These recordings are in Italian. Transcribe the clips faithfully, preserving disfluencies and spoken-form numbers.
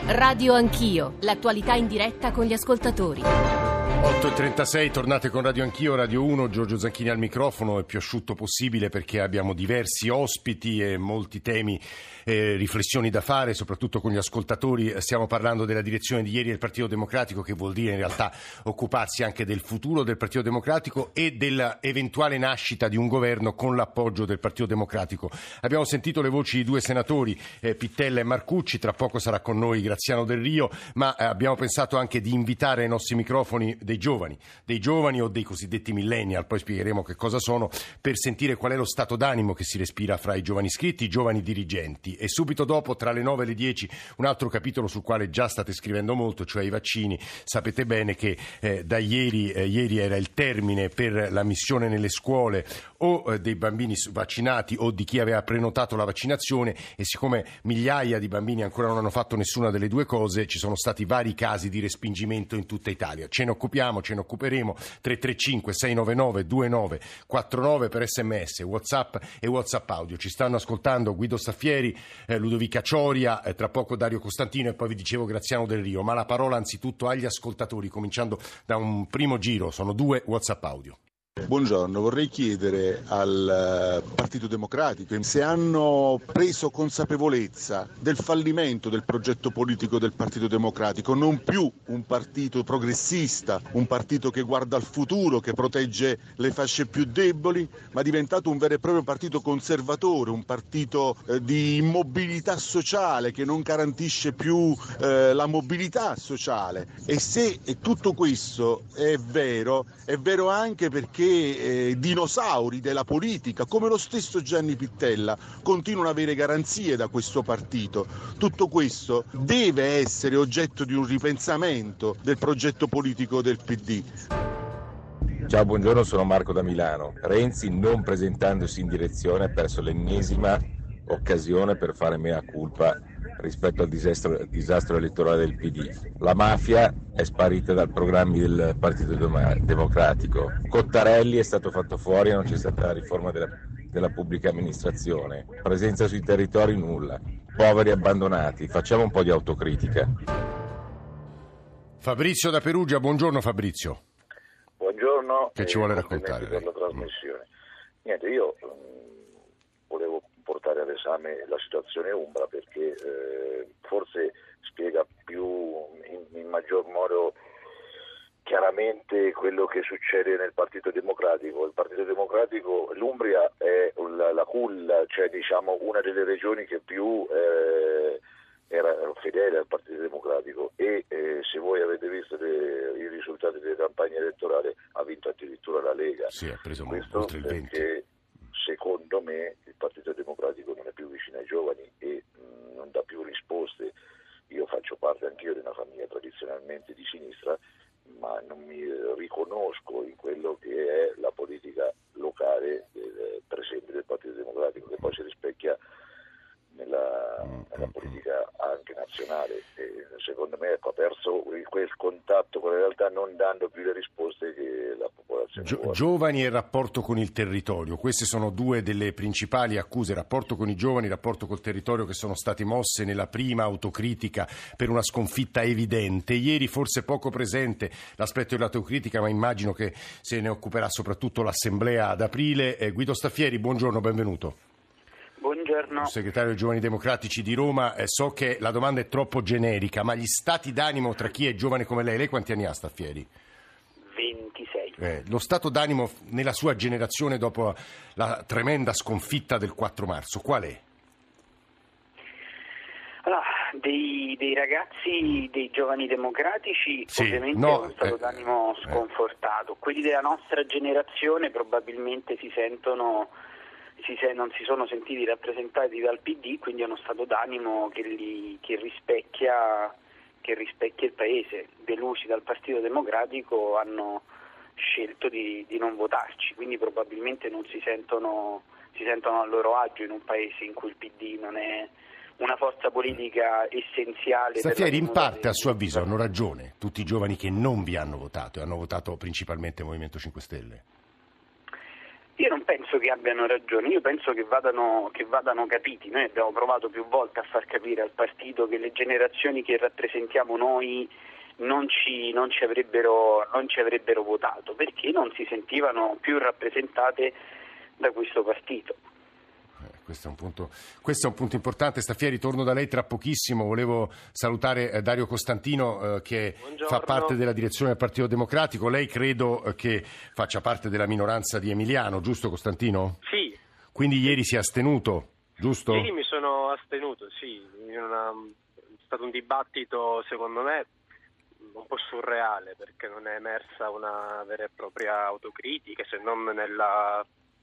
Radio Anch'io, l'attualità in diretta con gli ascoltatori. otto e trentasei, tornate con Radio Anch'io, Radio uno, Giorgio Zanchini al microfono, il più asciutto possibile perché abbiamo diversi ospiti e molti temi, eh, riflessioni da fare, soprattutto con gli ascoltatori. Stiamo parlando della direzione di ieri del Partito Democratico, che vuol dire in realtà occuparsi anche del futuro del Partito Democratico e dell'eventuale nascita di un governo con l'appoggio del Partito Democratico. Abbiamo sentito le voci di due senatori, eh, Pittella e Marcucci, tra poco sarà con noi Graziano Del Rio, ma eh, abbiamo pensato anche di invitare ai nostri microfoni dei giovani, dei giovani o dei cosiddetti millennial, poi spiegheremo che cosa sono, per sentire qual è lo stato d'animo che si respira fra i giovani iscritti, i giovani dirigenti. E subito dopo, tra le nove e le dieci, un altro capitolo sul quale già state scrivendo molto, cioè i vaccini. Sapete bene che eh, da ieri, eh, ieri era il termine per la missione nelle scuole o eh, dei bambini vaccinati o di chi aveva prenotato la vaccinazione, e siccome migliaia di bambini ancora non hanno fatto nessuna delle due cose, ci sono stati vari casi di respingimento in tutta Italia. Ce ne occupiamo, ce ne occuperemo. Tre tre cinque sei nove nove due nove quattro nove per sms, WhatsApp e WhatsApp audio. Ci stanno ascoltando Guido Staffieri, eh, Ludovica Cioria, eh, tra poco Dario Costantino e poi vi dicevo Graziano Del Rio. Ma la parola anzitutto agli ascoltatori, cominciando da un primo giro. Sono due WhatsApp audio. Buongiorno, vorrei chiedere al Partito Democratico se hanno preso consapevolezza del fallimento del progetto politico del Partito Democratico, non più un partito progressista, un partito che guarda al futuro, che protegge le fasce più deboli, ma è diventato un vero e proprio partito conservatore, un partito eh, di immobilità sociale che non garantisce più eh, la mobilità sociale. E se e tutto questo è vero, è vero anche perché Eh, dinosauri della politica, come lo stesso Gianni Pittella, continuano ad avere garanzie da questo partito. Tutto questo deve essere oggetto di un ripensamento del progetto politico del P D. Ciao, buongiorno, sono Marco da Milano. Renzi, non presentandosi in direzione, ha perso l'ennesima occasione per fare mea culpa rispetto al disastro, disastro elettorale del P D. La mafia è sparita dal programma del Partito Democratico. Cottarelli è stato fatto fuori e non c'è stata la riforma della, della pubblica amministrazione. Presenza sui territori nulla. Poveri abbandonati. Facciamo un po' di autocritica. Fabrizio da Perugia, buongiorno Fabrizio. Buongiorno. Che ci vuole raccontare? Per la trasmissione. Niente, io mh, volevo portare ad esame la situazione Umbra perché eh, forse spiega più in, in maggior modo chiaramente quello che succede nel Partito Democratico. Il Partito Democratico, l'Umbria è la, la culla, cioè diciamo una delle regioni che più eh, era fedele al Partito Democratico e eh, se voi avete visto le, i risultati delle campagne elettorali ha vinto addirittura la Lega. Sì, ha preso Questo oltre il venti. Perché secondo me il Partito Democratico non è più vicino ai giovani e mh, non dà più risposte. Io faccio parte anch'io di una famiglia tradizionalmente di sinistra, ma non mi riconosco in quello che è la politica locale del, per esempio del Partito Democratico, che poi si rispecchia nella, nella politica anche nazionale. E secondo me ecco, ha perso quel contatto con la realtà, non dando più le risposte che la popolazione Gio- vuole. Giovani e il rapporto con il territorio, queste sono due delle principali accuse, rapporto con i giovani, rapporto col territorio, che sono state mosse nella prima autocritica per una sconfitta evidente. Ieri forse poco presente l'aspetto dell'autocritica, ma immagino che se ne occuperà soprattutto l'Assemblea ad aprile. Eh, Guido Staffieri, buongiorno, benvenuto. Buongiorno. Segretario dei Giovani Democratici di Roma, eh, so che la domanda è troppo generica, ma gli stati d'animo tra chi è giovane come lei, lei quanti anni ha Staffieri? ventisei. Eh, lo stato d'animo nella sua generazione dopo la tremenda sconfitta del quattro marzo, qual è? Allora, dei, dei ragazzi, dei giovani democratici, Sì, ovviamente no, è uno stato eh, d'animo eh. sconfortato. Quelli della nostra generazione probabilmente si sentono Si se, non si sono sentiti rappresentati dal P D, quindi è uno stato d'animo che, li, che, rispecchia, che rispecchia il Paese. Delusi dal Partito Democratico hanno scelto di, di non votarci, quindi probabilmente non si sentono, si sentono a loro agio in un Paese in cui il P D non è una forza politica essenziale. Staffieri, in parte a suo avviso hanno ragione tutti i giovani che non vi hanno votato e hanno votato principalmente il Movimento cinque Stelle. Io non penso che abbiano ragione, io penso che vadano, che vadano capiti. Noi abbiamo provato più volte a far capire al partito che le generazioni che rappresentiamo noi non ci, non ci avrebbero, non ci avrebbero votato, perché non si sentivano più rappresentate da questo partito. Questo è, un punto, questo è un punto importante. Staffieri, torno da lei tra pochissimo. Volevo salutare eh, Dario Costantino eh, che Buongiorno. fa parte della direzione del Partito Democratico. Lei credo eh, che faccia parte della minoranza di Emiliano, giusto Costantino? Sì. Quindi ieri si è astenuto, giusto? Ieri mi sono astenuto, sì. Una, è stato un dibattito secondo me un po' surreale, perché non è emersa una vera e propria autocritica, se non nella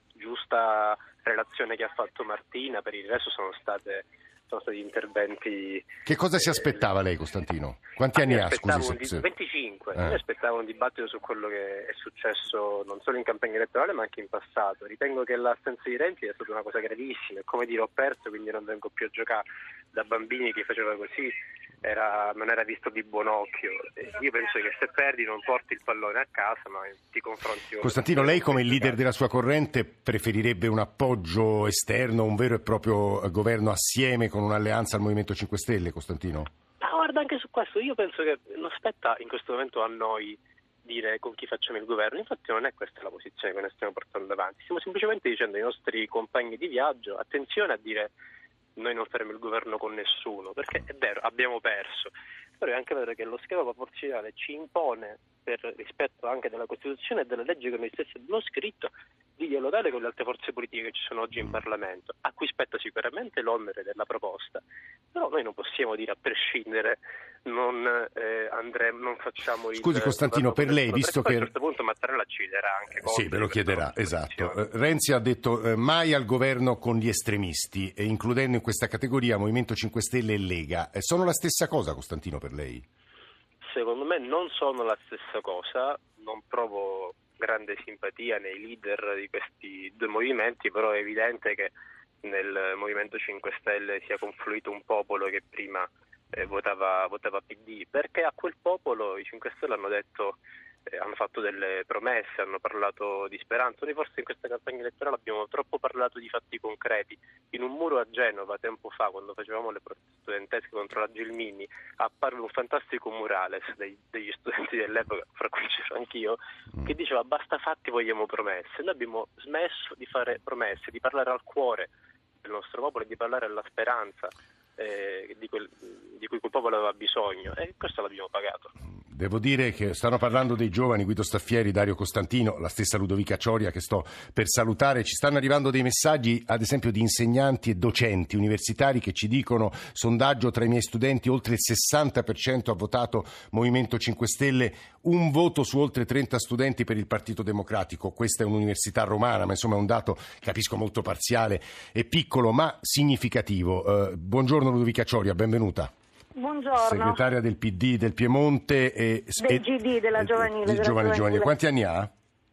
giusta relazione che ha fatto Martina. Per il resto sono state sono stati interventi. Che cosa si eh, aspettava lei, Costantino? Quanti anni ha, scusi? Di, se... venticinque. Eh. Io aspettavo un dibattito su quello che è successo non solo in campagna elettorale ma anche in passato. Ritengo che l'assenza di Renzi è stata una cosa gravissima, è come dire ho perso quindi non vengo più a giocare. Da bambini chi faceva così era, non era visto di buon occhio. E io penso che se perdi non porti il pallone a casa ma ti confronti. Costantino, lei come leader della sua corrente preferirebbe un appoggio esterno, un vero e proprio governo assieme con un'alleanza al Movimento cinque Stelle, Costantino? Ma guarda, anche su questo io penso che non spetta in questo momento a noi dire con chi facciamo il governo. Infatti non è questa la posizione che noi stiamo portando avanti, stiamo semplicemente dicendo ai nostri compagni di viaggio attenzione a dire noi non faremo il governo con nessuno, perché è vero, abbiamo perso, però è anche vero che lo schema proporzionale ci impone, per rispetto anche della Costituzione e delle leggi che noi stessi abbiamo scritto, di dialogare con le altre forze politiche che ci sono oggi in Parlamento, a cui spetta sicuramente l'onere della proposta, però noi non possiamo dire a prescindere non eh, andremo, non facciamo il. Scusi Costantino, per lei, visto che a un certo punto Mattarella ci chiederà anche cose. Sì, ve lo chiederà, esatto. Eh, Renzi ha detto eh, mai al governo con gli estremisti, eh, includendo in questa categoria Movimento cinque Stelle e Lega. Eh, sono la stessa cosa, Costantino, per lei? Secondo me non sono la stessa cosa, non provo grande simpatia nei leader di questi due movimenti, però è evidente che nel Movimento cinque Stelle sia confluito un popolo che prima eh, votava, votava P D, perché a quel popolo i cinque Stelle hanno detto, eh, hanno fatto delle promesse, hanno parlato di speranza. Noi forse in questa campagna elettorale abbiamo troppo parlato di fatti concreti. In un muro a Genova tempo fa, quando facevamo le proteste studentesche contro la Gelmini, apparve un fantastico murales dei, degli studenti dell'epoca, fra cui c'ero anch'io, che diceva basta fatti, vogliamo promesse. Noi abbiamo smesso di fare promesse, di parlare al cuore del nostro popolo e di parlare alla speranza eh, di, quel, di cui quel popolo aveva bisogno, e questo l'abbiamo pagato. Devo dire che stanno parlando dei giovani, Guido Staffieri, Dario Costantino, la stessa Ludovica Cioria che sto per salutare. Ci stanno arrivando dei messaggi, ad esempio, di insegnanti e docenti universitari che ci dicono: sondaggio tra i miei studenti, oltre il sessanta per cento ha votato Movimento cinque Stelle, un voto su oltre trenta studenti per il Partito Democratico. Questa è un'università romana, ma insomma è un dato, capisco, molto parziale e piccolo, ma significativo. Eh, buongiorno Ludovica Cioria, benvenuta. Buongiorno. Segretaria del P D del Piemonte e del G D, della giovanile. Del della giovane giovanile. giovanile. Quanti anni ha?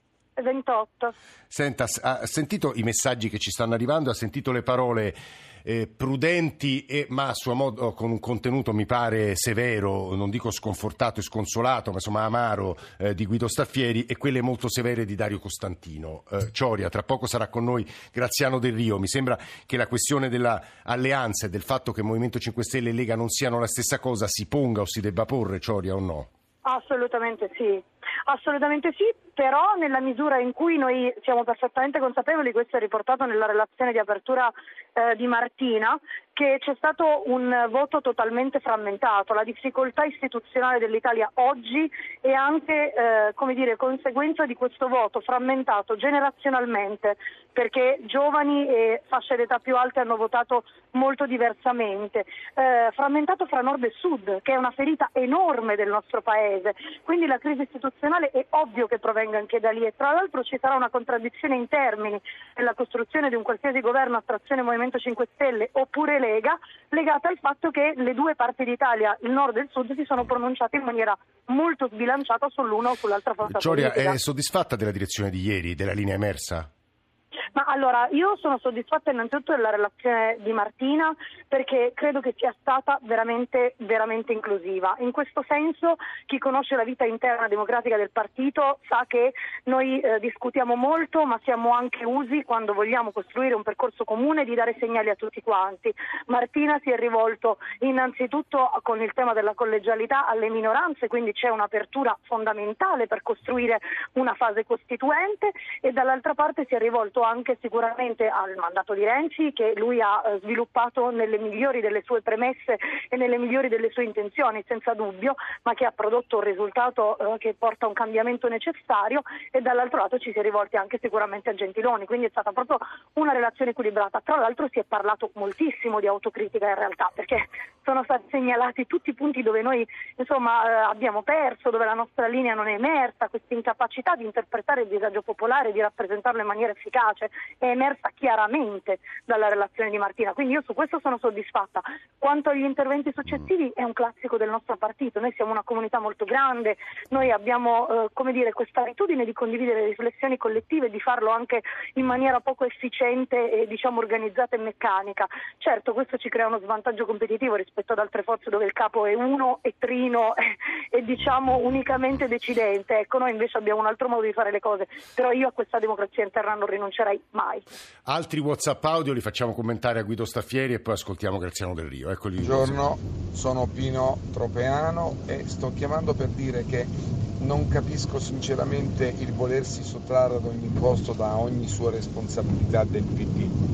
ventotto. Senta, ha sentito i messaggi che ci stanno arrivando, ha sentito le parole eh, prudenti e, ma a suo modo con un contenuto mi pare severo, non dico sconfortato e sconsolato, ma insomma amaro, eh, di Guido Staffieri, e quelle molto severe di Dario Costantino. Eh, Cioria, tra poco sarà con noi Graziano Del Rio. Mi sembra che la questione dell'alleanza e del fatto che Movimento cinque Stelle e Lega non siano la stessa cosa si ponga o si debba porre, Cioria, o no? Assolutamente sì, assolutamente sì, però nella misura in cui noi siamo perfettamente consapevoli, questo è riportato nella relazione di apertura eh, di Martina, che c'è stato un voto totalmente frammentato. La difficoltà istituzionale dell'Italia oggi è anche eh, come dire, conseguenza di questo voto frammentato generazionalmente, perché giovani e fasce d'età più alte hanno votato molto diversamente, eh, frammentato fra nord e sud, che è una ferita enorme del nostro paese. Quindi la crisi istituzionale è ovvio che provenga anche da lì, e tra l'altro ci sarà una contraddizione in termini nella costruzione di un qualsiasi governo a trazione Movimento cinque Stelle oppure Lega, legata al fatto che le due parti d'Italia, il nord e il sud, si sono pronunciate in maniera molto sbilanciata sull'una o sull'altra forza Cioria, politica. è soddisfatta della direzione di ieri, della linea emersa? Ma allora, io sono soddisfatta innanzitutto della relazione di Martina, perché credo che sia stata veramente, veramente inclusiva. In questo senso, chi conosce la vita interna democratica del partito sa che noi eh, discutiamo molto, ma siamo anche usi, quando vogliamo costruire un percorso comune, di dare segnali a tutti quanti. Martina si è rivolto innanzitutto con il tema della collegialità alle minoranze, quindi c'è un'apertura fondamentale per costruire una fase costituente, e dall'altra parte si è rivolto anche sicuramente al mandato di Renzi, che lui ha eh, sviluppato nelle migliori delle sue premesse e nelle migliori delle sue intenzioni, senza dubbio, ma che ha prodotto un risultato eh, che porta a un cambiamento necessario, e dall'altro lato ci si è rivolti anche sicuramente a Gentiloni, quindi è stata proprio una relazione equilibrata. Tra l'altro si è parlato moltissimo di autocritica in realtà, perché sono stati segnalati tutti i punti dove noi insomma eh, abbiamo perso, dove la nostra linea non è emersa, questa incapacità di interpretare il disagio popolare, di rappresentarlo in maniera efficace, è emersa chiaramente dalla relazione di Martina, quindi io su questo sono soddisfatta. Quanto agli interventi successivi, è un classico del nostro partito, noi siamo una comunità molto grande, noi abbiamo eh, come dire questa abitudine di condividere riflessioni collettive, di farlo anche in maniera poco efficiente e diciamo organizzata e meccanica. Certo, questo ci crea uno svantaggio competitivo rispetto ad altre forze dove il capo è uno e trino e, e diciamo unicamente decidente. Ecco, noi invece abbiamo un altro modo di fare le cose, però io a questa democrazia interna non rinuncerei mai. Altri WhatsApp audio li facciamo commentare a Guido Staffieri e poi ascoltiamo Graziano Del Rio. Eccoli. Buongiorno, sono Pino Tropeano e sto chiamando per dire che non capisco sinceramente il volersi sottrarre ad ogni costo da ogni sua responsabilità del P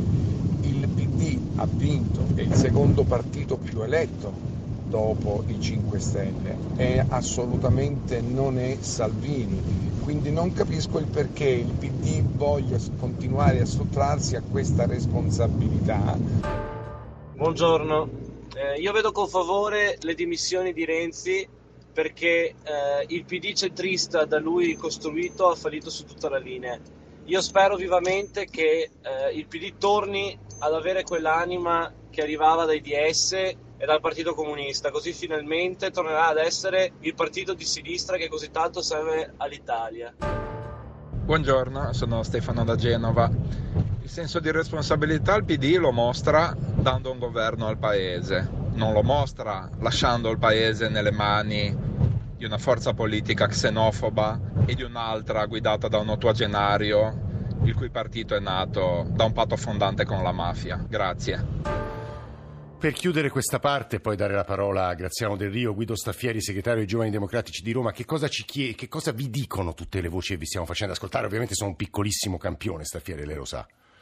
D. Il P D ha vinto, è il secondo partito più eletto dopo i cinque Stelle e assolutamente non è Salvini, quindi non capisco il perché il P D voglia continuare a sottrarsi a questa responsabilità. Buongiorno, eh, io vedo con favore le dimissioni di Renzi, perché eh, il P D centrista da lui costruito ha fallito su tutta la linea. Io spero vivamente che eh, il P D torni ad avere quell'anima che arrivava dai D S e dal Partito Comunista, così finalmente tornerà ad essere il partito di sinistra che così tanto serve all'Italia. Buongiorno, sono Stefano da Genova. Il senso di responsabilità il P D lo mostra dando un governo al Paese, non lo mostra lasciando il Paese nelle mani di una forza politica xenofoba e di un'altra guidata da un ottuagenario il cui partito è nato da un patto fondante con la mafia. Grazie. Per chiudere questa parte e poi dare la parola a Graziano Del Rio, Guido Staffieri, segretario dei Giovani Democratici di Roma, che cosa ci chiede, che cosa vi dicono tutte le voci che vi stiamo facendo ascoltare? Ovviamente sono un piccolissimo campione, Staffieri, lei lo sa.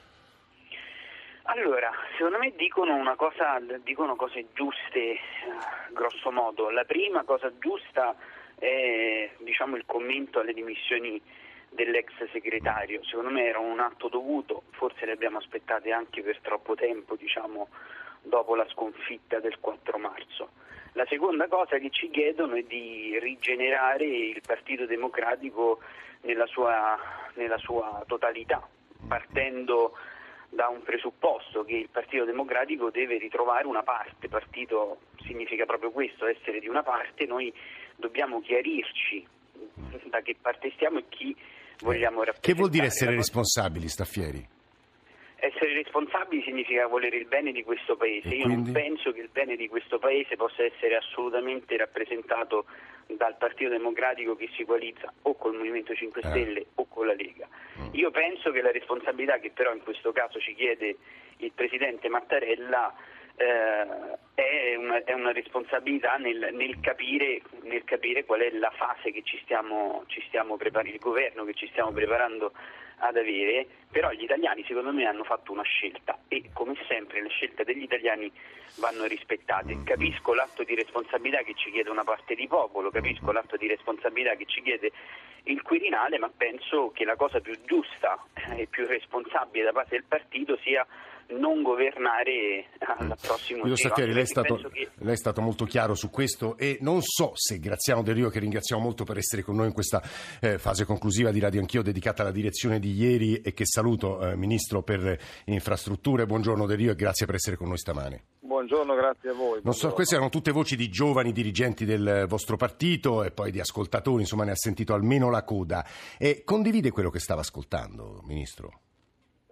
Allora, secondo me dicono una cosa, dicono cose giuste, grosso modo. La prima cosa giusta è, diciamo, il commento alle dimissioni dell'ex segretario. Secondo me era un atto dovuto, forse le abbiamo aspettate anche per troppo tempo, diciamo, dopo la sconfitta del quattro marzo. La seconda cosa che ci chiedono è di rigenerare il Partito Democratico nella sua, nella sua totalità, partendo da un presupposto che il Partito Democratico deve ritrovare una parte. Partito significa proprio questo, essere di una parte. Noi dobbiamo chiarirci da che parte stiamo e chi vogliamo rappresentare. Che vuol dire essere responsabili, Staffieri? Essere responsabili significa volere il bene di questo Paese. Io non penso che il bene di questo Paese possa essere assolutamente rappresentato dal Partito Democratico che si coalizza o col Movimento cinque Stelle eh. o con la Lega. Io penso che la responsabilità che però in questo caso ci chiede il Presidente Mattarella eh, è, una, è una responsabilità nel, nel, capire, nel capire qual è la fase che ci stiamo, ci stiamo preparando, il governo che ci stiamo preparando ad avere. Però gli italiani secondo me hanno fatto una scelta e come sempre le scelte degli italiani vanno rispettate. Capisco l'atto di responsabilità che ci chiede una parte di popolo, capisco l'atto di responsabilità che ci chiede il Quirinale, ma penso che la cosa più giusta e più responsabile da parte del partito sia non governare al prossimo Guido Staffieri, lei è, stato, che... lei è stato molto chiaro su questo e non so se Graziano Del Rio, che ringraziamo molto per essere con noi in questa eh, fase conclusiva di Radio Anch'io dedicata alla direzione di ieri e che saluto, eh, Ministro per Infrastrutture. Buongiorno Del Rio e grazie per essere con noi stamane. Buongiorno, grazie a voi. Non so, queste erano tutte voci di giovani dirigenti del vostro partito e poi di ascoltatori, insomma ne ha sentito almeno la coda. E condivide quello che stava ascoltando, Ministro? Beh,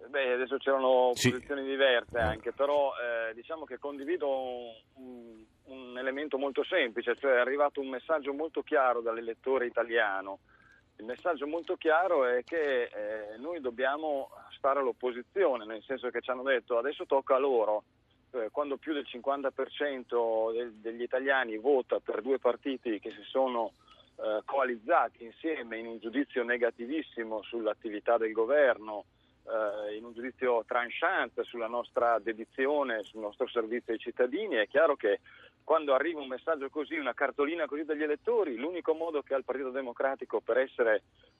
adesso c'erano sì. posizioni diverse anche, però eh, diciamo che condivido un, un elemento molto semplice, cioè è arrivato un messaggio molto chiaro dall'elettore italiano. Il messaggio molto chiaro è che eh, noi dobbiamo stare all'opposizione, nel senso che ci hanno detto adesso tocca a loro. Eh, quando più del cinquanta per cento de- degli italiani vota per due partiti che si sono eh, coalizzati insieme in un giudizio negativissimo sull'attività del governo, eh, in un giudizio tranchant sulla nostra dedizione, sul nostro servizio ai cittadini, è chiaro che quando arriva un messaggio così, una cartolina così dagli elettori, l'unico modo che ha il Partito Democratico per essere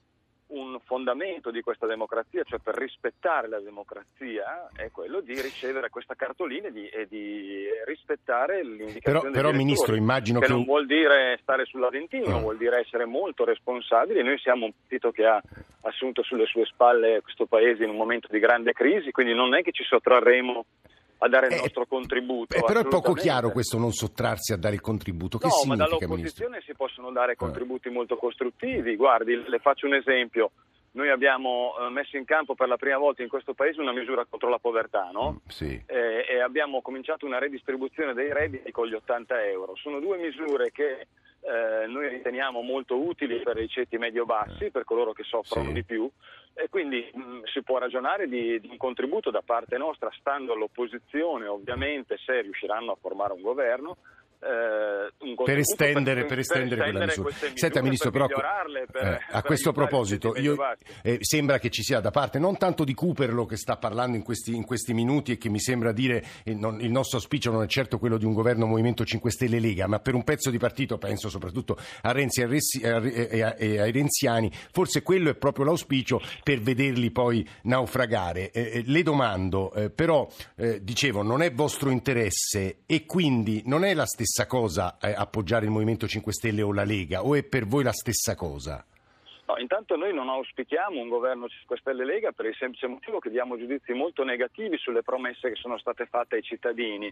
un fondamento di questa democrazia, cioè per rispettare la democrazia, è quello di ricevere questa cartolina e di, e di rispettare l'indicazione però, degli però elettori, Ministro, immagino che che non vuol dire stare sull'Aventino, no. vuol dire essere molto responsabili. Noi siamo un partito che ha assunto sulle sue spalle questo Paese in un momento di grande crisi, quindi non è che ci sottrarremo a dare il eh, nostro contributo. Eh, però è poco chiaro questo non sottrarsi a dare il contributo. Che no, significa, ma dall'opposizione Ministro? si possono dare contributi eh. molto costruttivi. Guardi, le faccio un esempio. Noi abbiamo eh, messo in campo per la prima volta in questo Paese una misura contro la povertà, no? Mm, sì. eh, e abbiamo cominciato una redistribuzione dei redditi con gli ottanta euro. Sono due misure che eh, noi riteniamo molto utili per i ceti medio-bassi, per coloro che soffrono sì. di più, e quindi mh, si può ragionare di, di un contributo da parte nostra, stando all'opposizione, ovviamente, se riusciranno a formare un governo. Eh, un per estendere, per, per estendere per quella misura. Misure, Senta, Ministro, per però per, eh, a per questo proposito io, eh, sembra che ci sia da parte non tanto di Cooperlo, che sta parlando in questi, in questi minuti e che mi sembra dire il, non, il nostro auspicio non è certo quello di un governo Movimento cinque Stelle Lega, ma per un pezzo di partito, penso soprattutto a Renzi e, Ressi, e, e, e ai renziani, forse quello è proprio l'auspicio per vederli poi naufragare. Eh, le domando, eh, però eh, dicevo, non è vostro interesse e quindi non è la stessa cosa eh, appoggiare il Movimento cinque Stelle o la Lega, o è per voi la stessa cosa? No, intanto noi non auspichiamo un governo cinque Stelle Lega per il semplice motivo che diamo giudizi molto negativi sulle promesse che sono state fatte ai cittadini.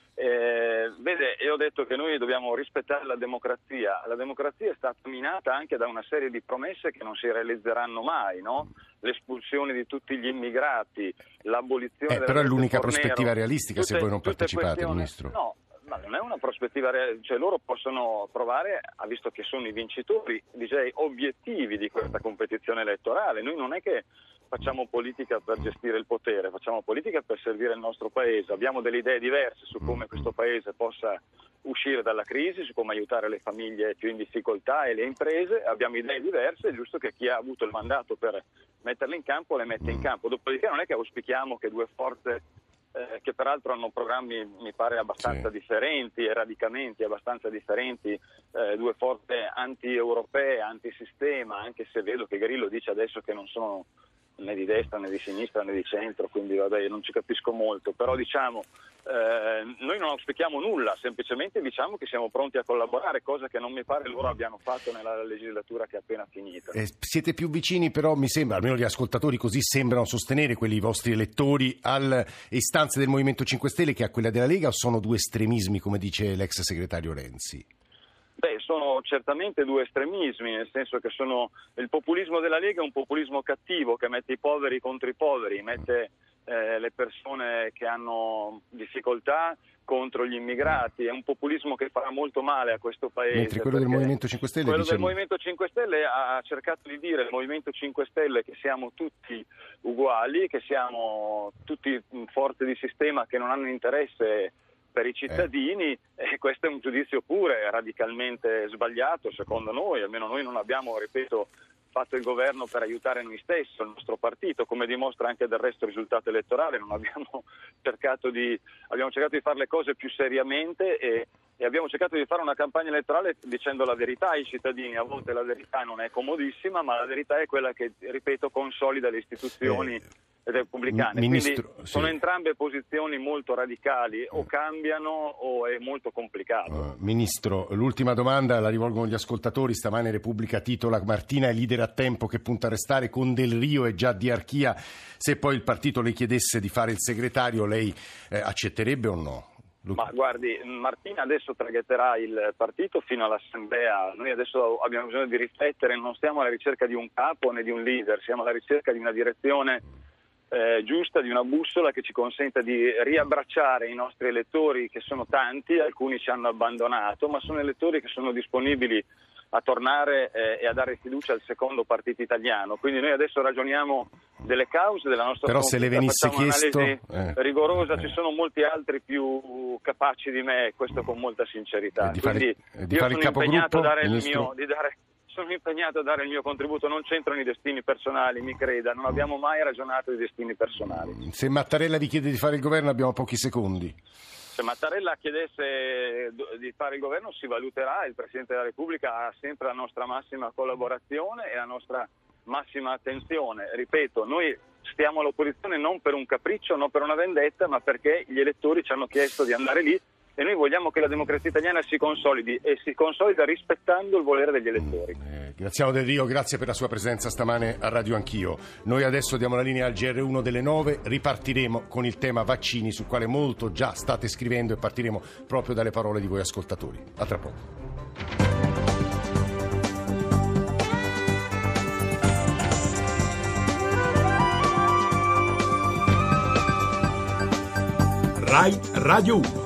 Eh, vede, io ho detto che noi dobbiamo rispettare la democrazia. La democrazia è stata minata anche da una serie di promesse che non si realizzeranno mai, no? L'espulsione di tutti gli immigrati, l'abolizione eh, della però è l'unica Fornero, prospettiva realistica tutte, se voi non tutte partecipate, Ministro. No, ma non è una prospettiva reale, cioè loro possono provare, visto che sono i vincitori, direi obiettivi di questa competizione elettorale. Noi non è che facciamo politica per gestire il potere, facciamo politica per servire il nostro Paese. Abbiamo delle idee diverse su come questo Paese possa uscire dalla crisi, su come aiutare le famiglie più in difficoltà e le imprese. Abbiamo idee diverse, è giusto che chi ha avuto il mandato per metterle in campo le mette in campo. Dopodiché non è che auspichiamo che due forze eh, che peraltro hanno programmi mi pare abbastanza sì. differenti e radicamenti abbastanza differenti, eh, due forze anti-europee, antisistema, anche se vedo che Grillo dice adesso che non sono né di destra né di sinistra né di centro, quindi vabbè, non ci capisco molto, però diciamo eh, noi non auspichiamo nulla, semplicemente diciamo che siamo pronti a collaborare, cosa che non mi pare loro abbiano fatto nella legislatura che è appena finita. Eh, siete più vicini però, mi sembra, almeno gli ascoltatori così sembrano sostenere, quelli vostri elettori, alle istanze del Movimento cinque Stelle che a quella della Lega, o sono due estremismi come dice l'ex segretario Renzi? Beh, sono certamente due estremismi, nel senso che sono il populismo della Lega è un populismo cattivo che mette i poveri contro i poveri, mette eh, le persone che hanno difficoltà contro gli immigrati, è un populismo che farà molto male a questo Paese. Mentre quello del Movimento cinque Stelle quello diciamo... del Movimento cinque Stelle ha cercato di dire, il Movimento cinque Stelle, che siamo tutti uguali, che siamo tutti forze di sistema che non hanno interesse per i cittadini, eh. e questo è un giudizio pure radicalmente sbagliato secondo noi, almeno noi non abbiamo, ripeto, fatto il governo per aiutare noi stessi, il nostro partito, come dimostra anche del resto il risultato elettorale, non abbiamo cercato di, abbiamo cercato di fare le cose più seriamente e, e abbiamo cercato di fare una campagna elettorale dicendo la verità ai cittadini. A volte la verità non è comodissima, ma la verità è quella che, ripeto, consolida le istituzioni eh. repubblicane. Ministro, quindi sono sì. entrambe posizioni molto radicali, o cambiano o è molto complicato. Uh, Ministro, l'ultima domanda la rivolgono gli ascoltatori. Stamane Repubblica titola: Martina è leader a tempo che punta a restare, con Del Rio e già diarchia. Se poi il partito le chiedesse di fare il segretario, lei eh, accetterebbe o no? Ma guardi, Martina adesso traghetterà il partito fino all'assemblea. Noi adesso abbiamo bisogno di riflettere, non stiamo alla ricerca di un capo né di un leader, siamo alla ricerca di una direzione eh, giusta, di una bussola che ci consenta di riabbracciare i nostri elettori, che sono tanti, alcuni ci hanno abbandonato, ma sono elettori che sono disponibili a tornare eh, e a dare fiducia al secondo partito italiano. Quindi noi adesso ragioniamo delle cause della nostra Però se le venisse chiesto eh, rigorosa, eh. ci sono molti altri più capaci di me, questo con molta sincerità. Eh, di fare, Quindi eh, di io fare sono il impegnato a dare il ministro... mio di dare sono impegnato a dare il mio contributo, non c'entrano i destini personali, mi creda, non abbiamo mai ragionato di destini personali. Se Mattarella vi chiede di fare il governo abbiamo pochi secondi. Se Mattarella chiedesse di fare il governo si valuterà, il Presidente della Repubblica ha sempre la nostra massima collaborazione e la nostra massima attenzione. Ripeto, noi stiamo all'opposizione non per un capriccio, non per una vendetta, ma perché gli elettori ci hanno chiesto di andare lì e noi vogliamo che la democrazia italiana si consolidi e si consolida rispettando il volere degli elettori. Eh, Graziano Del Rio, grazie per la sua presenza stamane a Radio Anch'io. Noi adesso diamo la linea al G R uno delle nove, ripartiremo con il tema vaccini, sul quale molto già state scrivendo, e partiremo proprio dalle parole di voi ascoltatori. A tra poco. Rai Radio uno.